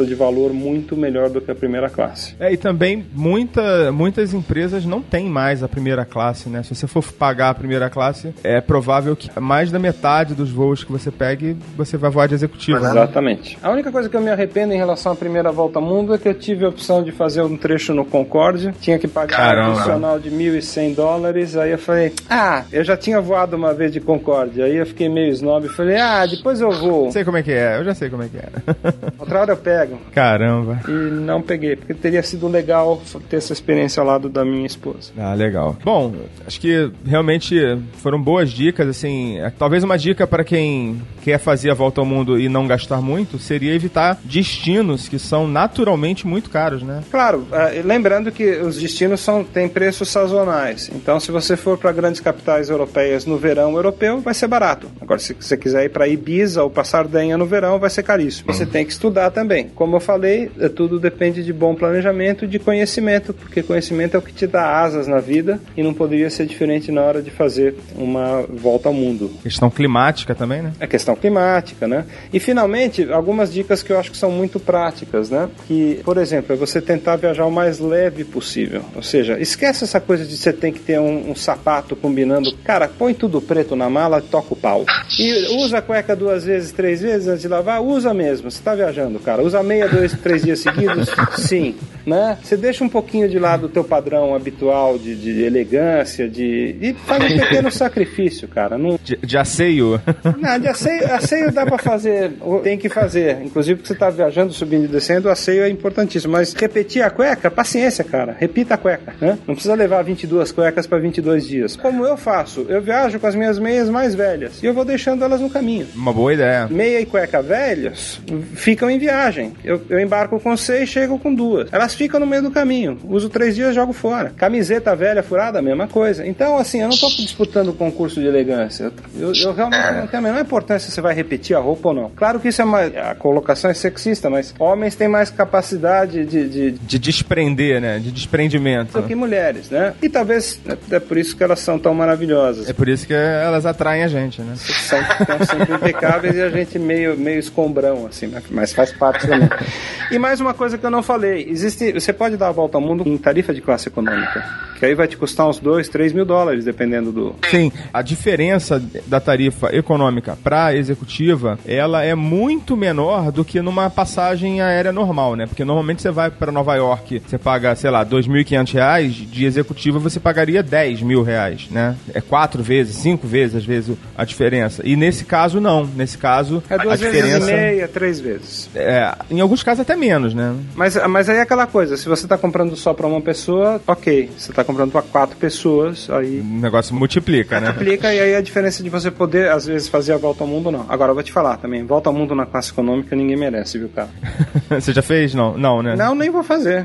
valor muito melhor do que a primeira classe. É, e também muita, muitas empresas não têm mais a primeira classe, né? Se você for pagar a primeira classe, é provável que mais da metade dos voos que você pegue, você vai voar de executivo. Exatamente. A única coisa que eu me arrependo em relação à primeira volta ao mundo é que eu tive a opção de fazer um trecho no Concorde, tinha que pagar Caramba. um adicional de mil e cem dólares, aí eu falei, ah, eu já tinha voado uma vez de Concorde, aí eu fiquei meio snob e falei, ah, depois eu vou. Sei como é que é, eu já sei como é que é. Outra hora eu pego. Caramba. E não peguei, porque teria sido legal ter essa experiência ao lado da minha esposa. Ah, legal. Bom, acho que realmente foram boas dicas, assim, é, talvez uma dica para quem quer fazer a volta ao mundo e não gastar muito, seria evitar destinos que são naturalmente muito caros, né? Claro, uh, lembrando que os destinos são, têm preços sazonais, então se você for para grandes capitais europeias no verão europeu, vai ser barato. Agora, se você quiser ir para Ibiza ou para Sardenha no verão, vai ser caríssimo. Você tem que estudar também. Como eu falei, tudo depende de bom planejamento e de conhecimento, porque conhecimento é o que te dá asas na vida e não poderia ser diferente na hora de fazer uma volta ao mundo. Questão climática também, né? É questão climática, né? E finalmente, algumas dicas que eu acho que são muito práticas, né? Que, por exemplo, é você tentar viajar o mais leve possível. Ou seja, esquece essa coisa de você tem que ter um, um sapato combinando. Cara, põe tudo preto na mala e toca o pau. E usa a cueca duas vezes, três vezes antes de lavar, usa mesmo. Você tá viajando, cara. Usa meia, dois, três dias seguidos? Sim. Né? Você deixa um pouquinho de lado o teu padrão habitual de, de elegância, de... e faz um pequeno sacrifício, cara. Não... De, de asseio? Não, de asseio, asseio dá pra fazer, tem que fazer. Inclusive, porque você tá viajando, subindo e descendo, o asseio é importantíssimo. Mas repetir a cueca, paciência, cara. Repita a cueca, né? Não precisa levar vinte e duas cuecas pra vinte e dois dias. Como eu faço? Eu viajo com as minhas meias mais velhas e eu vou deixando elas no caminho. Uma boa ideia. Meia e cueca velhas ficam em viagem. Eu, eu embarco com seis, chego com duas. Elas ficam no meio do caminho. Uso três dias, jogo fora. Camiseta velha furada, a mesma coisa. Então, assim, eu não tô disputando o concurso de elegância. Eu, eu realmente não tenho a menor importância se você vai repetir a roupa ou não. Claro que isso é uma... a colocação é sexista, mas homens têm mais capacidade de... De, de desprender, né? De desprendimento. Do que mulheres, né? E talvez é por isso que elas são tão maravilhosas. É por isso que elas atraem a gente, né? São, são sempre impecáveis e a gente meio, meio escombrão, assim, né? Mas faz parte também. E mais uma coisa que eu não falei. Existe... Você pode dar a volta ao mundo em tarifa de classe econômica, que aí vai te custar uns dois, três mil dólares, dependendo do... Sim, a diferença da tarifa econômica para executiva, ela é muito menor do que numa passagem aérea normal, né? Porque normalmente você vai para Nova York, você paga, sei lá, dois mil e quinhentos reais, de executiva você pagaria dez mil reais, né? É quatro vezes, cinco vezes, às vezes, a diferença. E nesse caso, não. Nesse caso, é duas a diferença... vezes e meia, três vezes. É, em alguns casos até menos, né? Mas, mas aí é aquela coisa, se você está comprando só para uma pessoa, ok. Você está comprando para quatro pessoas, aí... O negócio multiplica, né? Multiplica, e aí a diferença de você poder, às vezes, fazer a volta ao mundo, não. Agora, eu vou te falar também, volta ao mundo na classe econômica ninguém merece, viu, cara? Você já fez? Não, não, né? Não, nem vou fazer.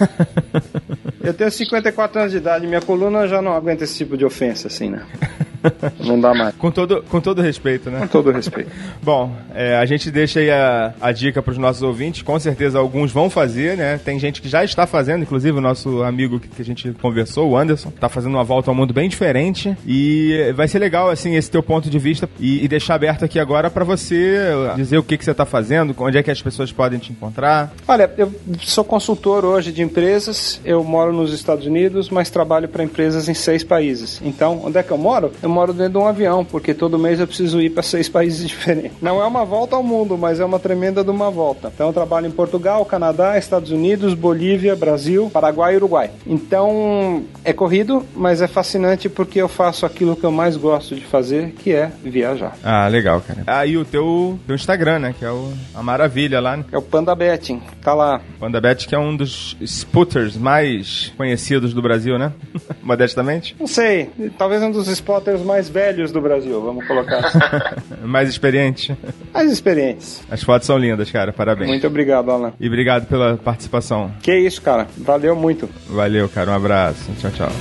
Eu tenho cinquenta e quatro anos de idade, minha coluna já não aguenta esse tipo de ofensa, assim, né? Não dá mais. Com todo, com todo respeito, né? Com todo respeito. Bom, é, a gente deixa aí a, a dica para os nossos ouvintes. Com certeza alguns vão fazer, né? Tem gente que já está fazendo, inclusive o nosso amigo que, que a gente conversou, o Anderson, está fazendo uma volta ao mundo bem diferente. E vai ser legal, assim, esse teu ponto de vista e, e deixar aberto aqui agora para você dizer o que, que você está fazendo, onde é que as pessoas podem te encontrar. Olha, eu sou consultor hoje de empresas, eu moro nos Estados Unidos, mas trabalho para empresas em seis países. Então, onde é que eu moro? Eu moro dentro de um avião, porque todo mês eu preciso ir para seis países diferentes. Não é uma volta ao mundo, mas é uma tremenda de uma volta. Então eu trabalho em Portugal, Canadá, Estados Unidos, Bolívia, Brasil, Paraguai e Uruguai. Então é corrido, mas é fascinante porque eu faço aquilo que eu mais gosto de fazer, que é viajar. Ah, legal, cara. Ah, e o teu, teu Instagram, né? Que é o, a maravilha lá, né? É o Panda Betting, tá lá. Panda Bet, que é um dos spotters mais conhecidos do Brasil, né? Modestamente? Não sei, talvez um dos spotters mais velhos do Brasil, vamos colocar assim. Mais experiente? Mais experientes. As fotos são lindas, cara, parabéns. Muito obrigado, Alan. E obrigado pela participação. Que isso, cara, valeu muito. Valeu, cara, um abraço, tchau, tchau.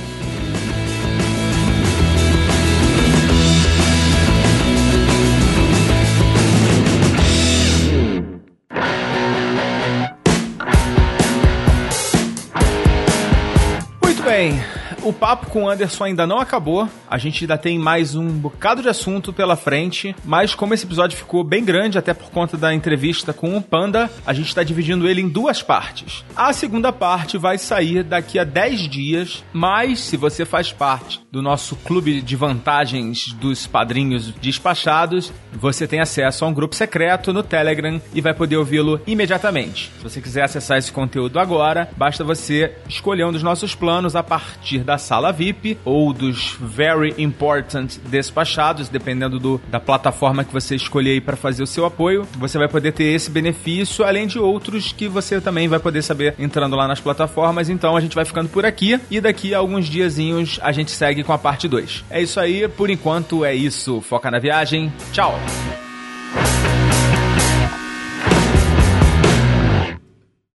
Muito bem. o papo com o Anderson ainda não acabou. A gente ainda tem mais um bocado de assunto pela frente, mas como esse episódio ficou bem grande, até por conta da entrevista com o Panda, a gente está dividindo ele em duas partes. A segunda parte vai sair daqui a dez dias, mas se você faz parte do nosso clube de vantagens dos padrinhos despachados, você tem acesso a um grupo secreto no Telegram e vai poder ouvi-lo imediatamente. Se você quiser acessar esse conteúdo agora, basta você escolher um dos nossos planos a partir da sala V I P ou dos Very Important despachados, dependendo do, da plataforma que você escolher aí para fazer o seu apoio. Você vai poder ter esse benefício, além de outros que você também vai poder saber entrando lá nas plataformas. Então a gente vai ficando por aqui e daqui a alguns diazinhos a gente segue com a parte dois. É isso aí, por enquanto é isso. Foca na viagem. Tchau!